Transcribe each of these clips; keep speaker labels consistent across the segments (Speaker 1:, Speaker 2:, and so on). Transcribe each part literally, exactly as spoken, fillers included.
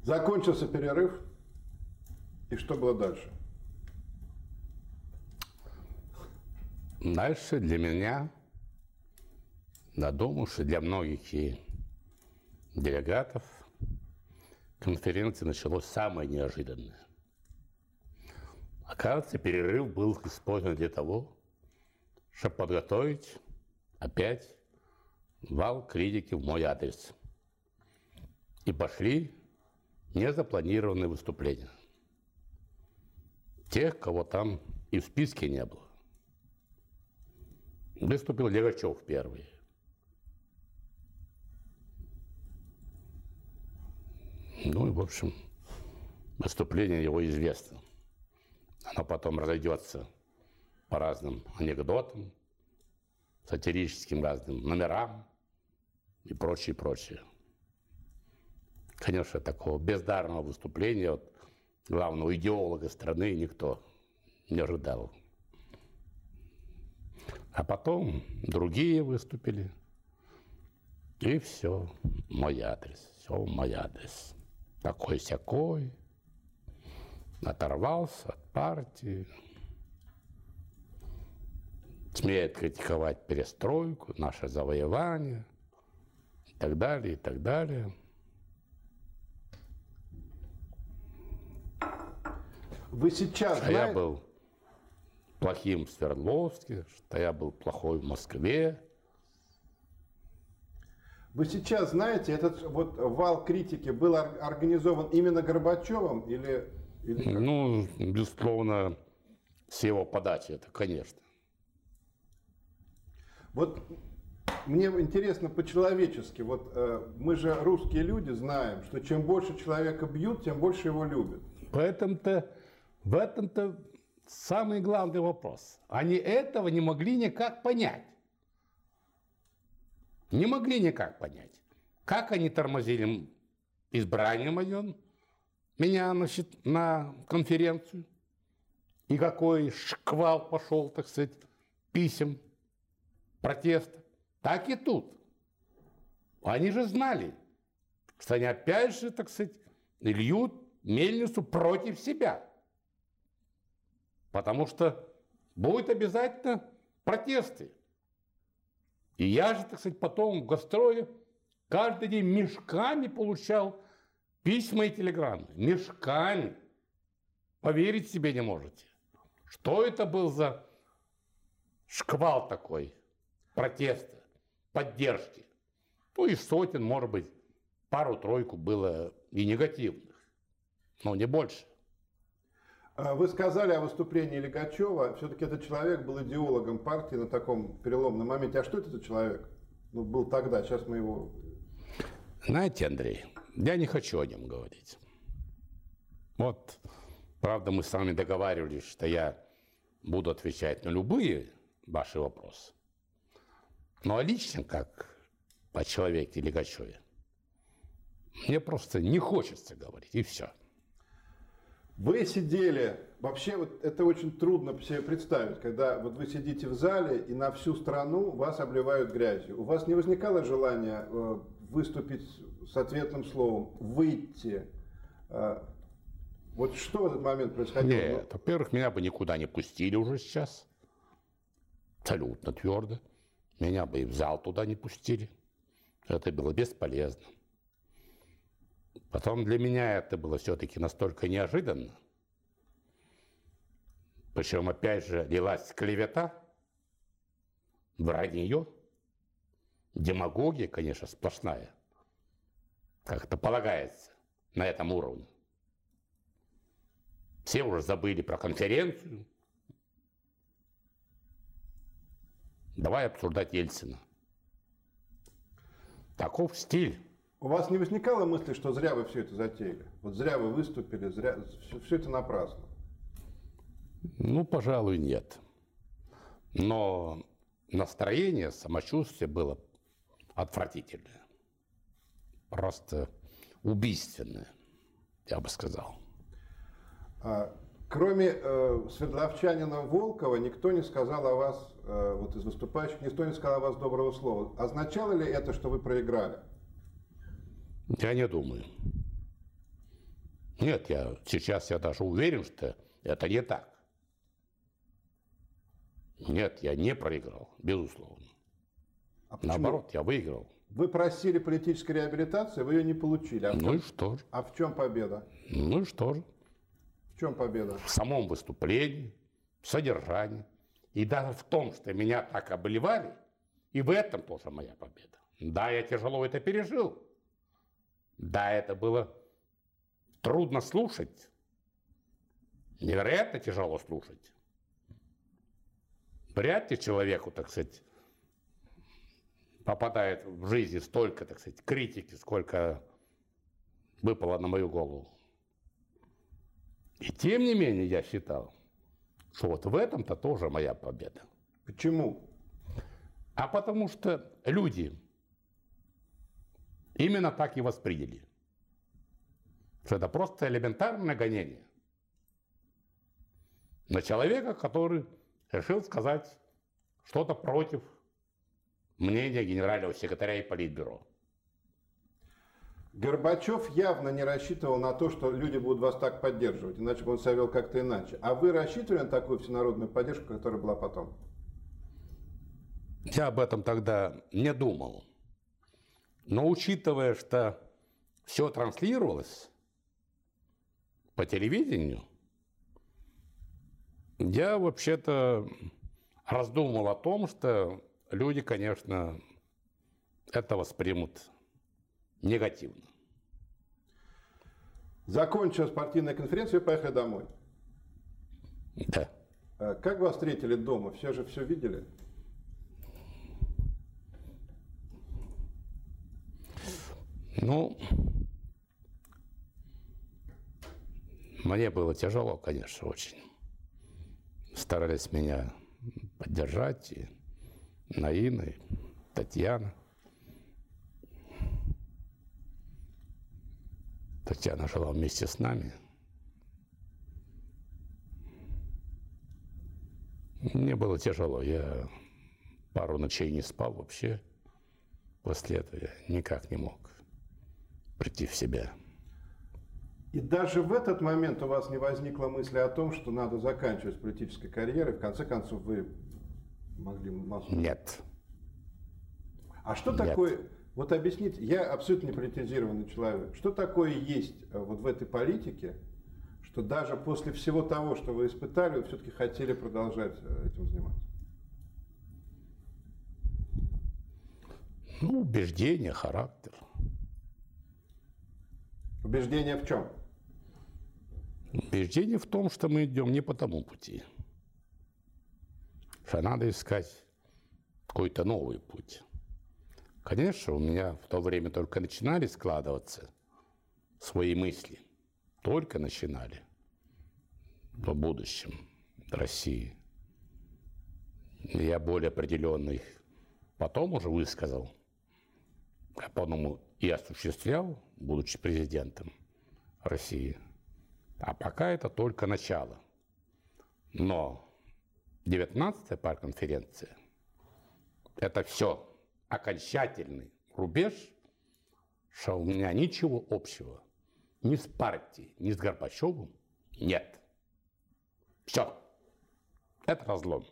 Speaker 1: Закончился перерыв. И что было дальше?
Speaker 2: Дальше для меня, я думаю, что для многих и делегатов конференции началось самое неожиданное. Оказывается, перерыв был использован для того, чтобы подготовить опять вал критики в мой адрес. И пошли незапланированные выступления. Тех, кого там и в списке не было. Выступил Легачев первый. Ну и, в общем, выступление его известно. Оно потом разойдется по разным анекдотам, сатирическим разным номерам и прочее, прочее. Конечно, такого бездарного выступления от главного идеолога страны никто не ожидал. А потом другие выступили, и все, мой адрес, все мой адрес. Такой-сякой, оторвался от партии, смеет критиковать перестройку, наше завоевание и так далее, и так далее.
Speaker 1: Вы сейчас
Speaker 2: что
Speaker 1: знаете...
Speaker 2: я был плохим в Свердловске, что я был плохой в Москве.
Speaker 1: Вы сейчас знаете, этот вот вал критики был организован именно Горбачевым или... или
Speaker 2: ну, безусловно, с его подачи, это, конечно.
Speaker 1: Вот мне интересно по-человечески, вот э, мы же русские люди знаем, что чем больше человека бьют, тем больше его любят.
Speaker 2: В этом-то, в этом-то самый главный вопрос. Они этого не могли никак понять. Не могли никак понять. Как они тормозили избрание мое, меня, значит, на конференцию, и какой шквал пошел, так сказать, писем, протеста. Так и тут. Они же знали, что они опять же, так сказать, льют мельницу против себя. Потому что будут обязательно протесты. И я же, так сказать, потом в гастроле каждый день мешками получал письма и телеграммы. Мешками. Поверить себе не можете. Что это был за шквал такой протеста, поддержки? Ну и сотен, может быть, пару-тройку было и негативных, но не больше.
Speaker 1: Вы сказали о выступлении Легачева. Все-таки этот человек был идеологом партии на таком переломном моменте. А что это за человек? Ну, был тогда, сейчас мы его...
Speaker 2: Знаете, Андрей, я не хочу о нем говорить. Вот, правда, мы с вами договаривались, что я буду отвечать на любые ваши вопросы. Но лично, как о человеке Легачеве, мне просто не хочется говорить, и все.
Speaker 1: Вы сидели, вообще вот это очень трудно себе представить, когда вот вы сидите в зале и на всю страну вас обливают грязью. У вас не возникало желания выступить с ответным словом, выйти? Вот что в этот момент происходило?
Speaker 2: Нет, во-первых, меня бы никуда не пустили уже сейчас. Абсолютно твердо. Меня бы и в зал туда не пустили. Это было бесполезно. Потом для меня это было все-таки настолько неожиданно. Причем, опять же, лилась клевета, вранье, демагогия, конечно, сплошная, как это полагается на этом уровне. Все уже забыли про конференцию. Давай обсуждать Ельцина. Таков стиль.
Speaker 1: У вас не возникало мысли, что зря вы все это затеяли? Вот зря вы выступили, зря, все, все это напрасно?
Speaker 2: Ну, пожалуй, нет. Но настроение, самочувствие было отвратительное. Просто убийственное, я бы сказал.
Speaker 1: А, кроме э, свердловчанина Волкова, никто не сказал о вас, э, вот из выступающих, никто не сказал о вас доброго слова. Означало ли это, что вы проиграли?
Speaker 2: Я не думаю. Нет, я сейчас я даже уверен, что это не так. Нет, я не проиграл, безусловно. А наоборот, я выиграл.
Speaker 1: Вы просили политической реабилитации, вы ее не получили. А
Speaker 2: ну
Speaker 1: чем,
Speaker 2: и что же?
Speaker 1: А в чем победа?
Speaker 2: Ну и что же?
Speaker 1: В чем победа?
Speaker 2: В самом выступлении, в содержании. И даже в том, что меня так обливали, и в этом тоже моя победа. Да, я тяжело это пережил. Да, это было трудно слушать. Невероятно тяжело слушать. Вряд ли человеку, так сказать, попадает в жизни столько, так сказать, критики, сколько выпало на мою голову. И тем не менее я считал, что вот в этом-то тоже моя победа.
Speaker 1: Почему?
Speaker 2: А потому что люди именно так и восприняли. Что это просто элементарное гонение на человека, который решил сказать что-то против мнения генерального секретаря и политбюро.
Speaker 1: Горбачев явно не рассчитывал на то, что люди будут вас так поддерживать, иначе бы он себя вел как-то иначе. А вы рассчитывали на такую всенародную поддержку, которая была потом?
Speaker 2: Я об этом тогда не думал. Но учитывая, что все транслировалось по телевидению, я вообще-то раздумывал о том, что люди, конечно, это воспримут негативно.
Speaker 1: Закончилась партийная конференция, вы поехали домой.
Speaker 2: Да.
Speaker 1: Как вас встретили дома? Все же все видели?
Speaker 2: Ну, мне было тяжело, конечно, очень. Старались меня поддержать и Наина, и Татьяна. Татьяна жила вместе с нами. Мне было тяжело. Я пару ночей не спал вообще. После этого я никак не мог прийти в себя.
Speaker 1: И даже в этот момент у вас не возникло мысли о том, что надо заканчивать с политической карьерой? В конце концов, вы могли массу...
Speaker 2: Нет.
Speaker 1: А что
Speaker 2: Нет.
Speaker 1: такое... Вот объясните, я абсолютно не политизированный человек. Что такое есть вот в этой политике, что даже после всего того, что вы испытали, вы все-таки хотели продолжать этим заниматься?
Speaker 2: Ну, убеждение, характер.
Speaker 1: Убеждение в чем?
Speaker 2: Убеждение в том, что мы идем не по тому пути. Что надо искать какой-то новый путь. Конечно, у меня в то время только начинали складываться свои мысли. Только начинали о будущем России. Я более определенно их потом уже высказал, а по-моему и осуществлял, будучи президентом России. А пока это только начало. Но девятнадцатая партконференция – это все. Окончательный рубеж, что у меня ничего общего ни с партией, ни с Горбачевым нет. Все. Это разлом.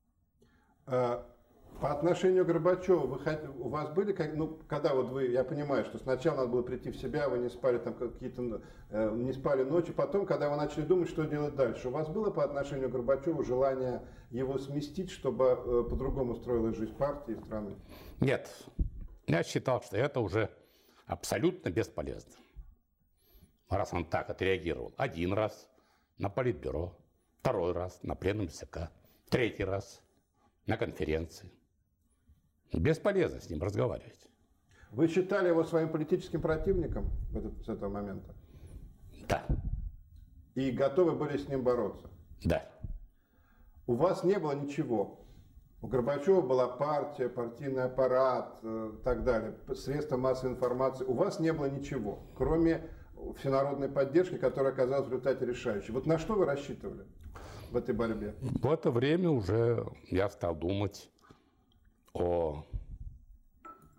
Speaker 1: По отношению к Горбачеву, вы, у вас были, как, ну, когда вот вы, я понимаю, что сначала надо было прийти в себя, вы не спали там какие-то, э, не спали ночи, потом, когда вы начали думать, что делать дальше, у вас было по отношению к Горбачеву желание его сместить, чтобы э, по-другому строилась жизнь партии и страны?
Speaker 2: Нет. Я считал, что это уже абсолютно бесполезно. Раз он так отреагировал. Один раз на политбюро, второй раз на пленум ЦК, третий раз на конференции. Бесполезно с ним разговаривать.
Speaker 1: Вы считали его своим политическим противником в этот, с этого момента?
Speaker 2: Да.
Speaker 1: И готовы были с ним бороться?
Speaker 2: Да.
Speaker 1: У вас не было ничего. У Горбачева была партия, партийный аппарат и э, так далее, средства массовой информации. У вас не было ничего, кроме всенародной поддержки, которая оказалась в результате решающей. Вот на что вы рассчитывали в этой борьбе?
Speaker 2: В это время уже я стал думать о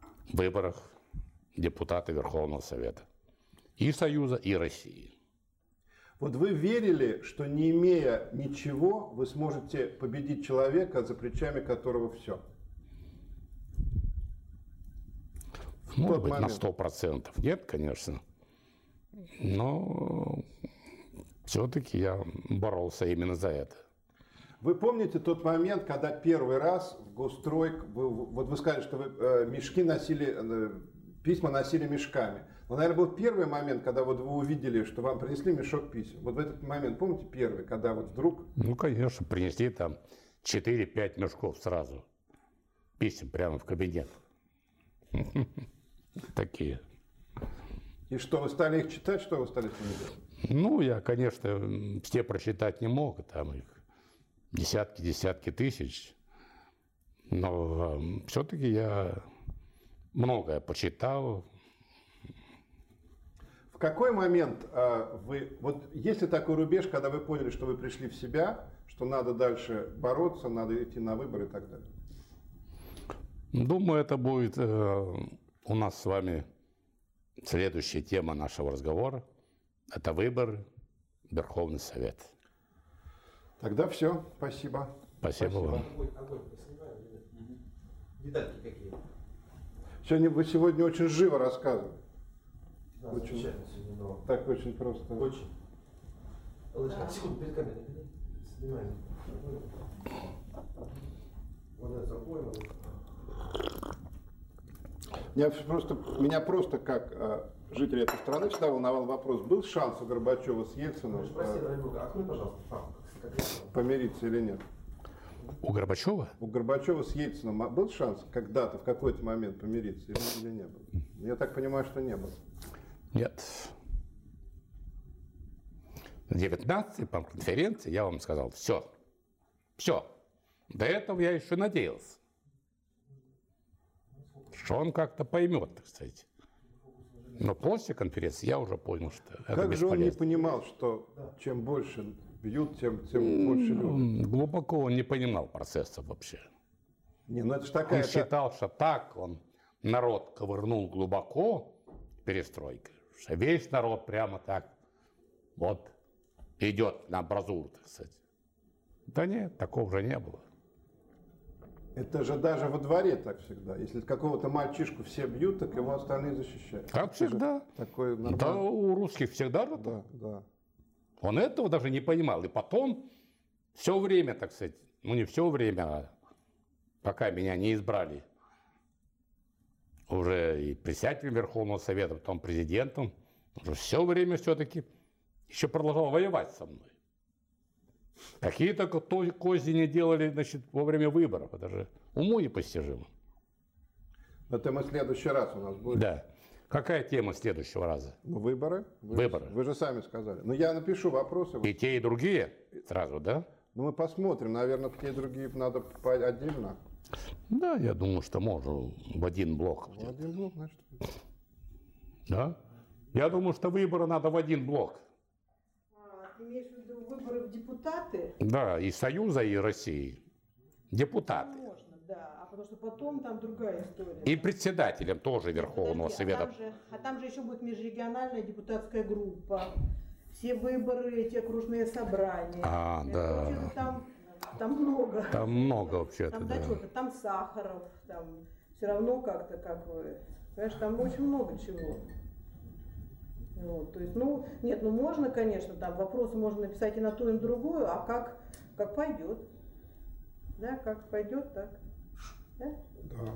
Speaker 2: выборах депутата Верховного Совета и Союза, и России.
Speaker 1: Вот вы верили, что не имея ничего, вы сможете победить человека, за плечами которого все?
Speaker 2: Может быть, на сто процентов нет, конечно. Но все-таки я боролся именно за это.
Speaker 1: Вы помните тот момент, когда первый раз в Госстрой, вы, вот вы сказали, что вы э, мешки носили, э, письма носили мешками. Но, наверное, был первый момент, когда вот вы увидели, что вам принесли мешок писем. Вот в этот момент, помните первый, когда вот вдруг...
Speaker 2: Ну, конечно, принесли там четыре-пять мешков сразу. Писем прямо в кабинет. Такие.
Speaker 1: И что, вы стали их читать, что вы стали с ними делать?
Speaker 2: Ну, я, конечно, все прочитать не мог, там их десятки, десятки тысяч. Но э, все-таки я многое почитал.
Speaker 1: В какой момент э, вы, вот есть ли такой рубеж, когда вы поняли, что вы пришли в себя, что надо дальше бороться, надо идти на выборы и так далее?
Speaker 2: Думаю, это будет э, у нас с вами следующая тема нашего разговора. Это выборы, Верховный Совет.
Speaker 1: Тогда все. Спасибо.
Speaker 2: Спасибо, Спасибо. вам.
Speaker 3: Детальки какие?
Speaker 1: Сегодня, вы сегодня очень живо рассказывали.
Speaker 3: Да,
Speaker 1: очень,
Speaker 3: сегодня, но...
Speaker 1: Так очень просто.
Speaker 3: Очень. Да. Секунду, перед камерой. Снимаем. Вот это запоем.
Speaker 1: Меня просто, меня просто как э, житель этой страны всегда волновал вопрос, был шанс у Горбачева с Ельциным
Speaker 3: Прости, дорогой друг, открой, пожалуйста, факт.
Speaker 1: Помириться или нет?
Speaker 2: У Горбачева?
Speaker 1: У Горбачева с Ельциным был шанс когда-то, в какой-то момент помириться или, или не было? Я так понимаю, что не было.
Speaker 2: Нет. В девятнадцатой по конференции я вам сказал, все, все. До этого я еще надеялся, что он как-то поймет, так сказать. Но после конференции я уже понял, что это
Speaker 1: как
Speaker 2: бесполезно.
Speaker 1: же он не понимал, что чем больше бьют, тем, тем больше любят?
Speaker 2: Глубоко он не понимал процессов вообще.
Speaker 1: Не, ну это ж такая...
Speaker 2: Он считал, что так он народ ковырнул глубоко перестройкой, что весь народ прямо так вот идет на амбразуру, так сказать. Да нет, такого же не было.
Speaker 1: Это же даже во дворе так всегда. Если какого-то мальчишку все бьют, так его остальные защищают.
Speaker 2: Так всегда.
Speaker 1: Такой нормальный...
Speaker 2: Да, у русских всегда же
Speaker 1: да,
Speaker 2: так.
Speaker 1: да.
Speaker 2: Он этого даже не понимал. И потом все время, так сказать, ну не все время, а пока меня не избрали уже и председателем Верховного Совета, потом президентом, уже все время все-таки еще продолжал воевать со мной. Какие только козни не делали, значит, во время выборов. Это же уму непостижимо.
Speaker 1: Это мы в следующий раз у нас будет.
Speaker 2: Да. Какая тема следующего раза?
Speaker 1: Ну, выборы. Вы,
Speaker 2: Выборы.
Speaker 1: Вы же сами сказали. Ну, я напишу вопросы.
Speaker 2: И те, и другие сразу, да?
Speaker 1: Ну, мы посмотрим. Наверное, те и другие надо отдельно.
Speaker 2: Да, я думаю, что можно в один блок.
Speaker 1: В один блок, значит.
Speaker 2: Да? Я думаю, что выборы надо в один блок.
Speaker 4: Ты имеешь в виду выборы в депутаты?
Speaker 2: Да, и Союза, и России. Депутаты.
Speaker 4: Можно, да. А потому что потом там другая история.
Speaker 2: И председателем тоже Верховного
Speaker 4: Подожди,
Speaker 2: Совета.
Speaker 4: А там, же, а там же еще будет межрегиональная депутатская группа. Все выборы, эти окружные собрания.
Speaker 2: А,
Speaker 4: Это
Speaker 2: да.
Speaker 4: вообще-то Там, там много.
Speaker 2: Там много вообще-то,
Speaker 4: Там,
Speaker 2: да.
Speaker 4: да, что-то, там Сахаров, там все равно как-то, как вы. Понимаешь, там очень много чего. Вот, то есть, ну, нет, ну можно, конечно, там вопросы можно написать и на ту, и на другую, а как, как пойдет. Да, как пойдет, так. Да?
Speaker 1: Да.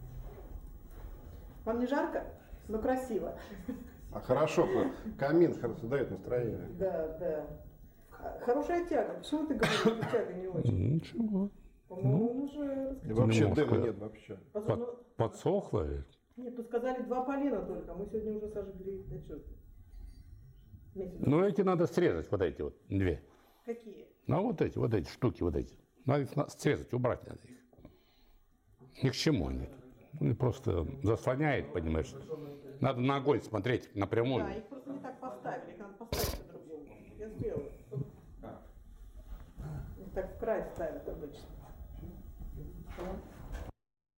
Speaker 4: Вам не жарко? Но красиво.
Speaker 1: А хорошо, камин хорошо дает настроение.
Speaker 4: Да, да. Хорошая тяга. Почему ты говоришь, что тяга не очень?
Speaker 2: Ничего.
Speaker 4: По-моему, он уже
Speaker 1: И вообще
Speaker 2: Немножко.
Speaker 1: дыма нет вообще.
Speaker 4: рассказал. Ну,
Speaker 2: Под, подсохло.
Speaker 4: нет, тут сказали два полена только, мы сегодня уже сожгли. Да что ты? Месяц.
Speaker 2: Ну, эти надо срезать, вот эти вот, две.
Speaker 4: Какие?
Speaker 2: Ну, вот эти, вот эти штуки, вот эти. Надо их на- срезать, убрать надо их. Ни к чему они. Ну, просто заслоняет, понимаешь. Надо на огонь смотреть напрямую.
Speaker 4: Да, их просто не так поставили, их надо поставить по-другому. Я сделаю. Их так в край ставят обычно.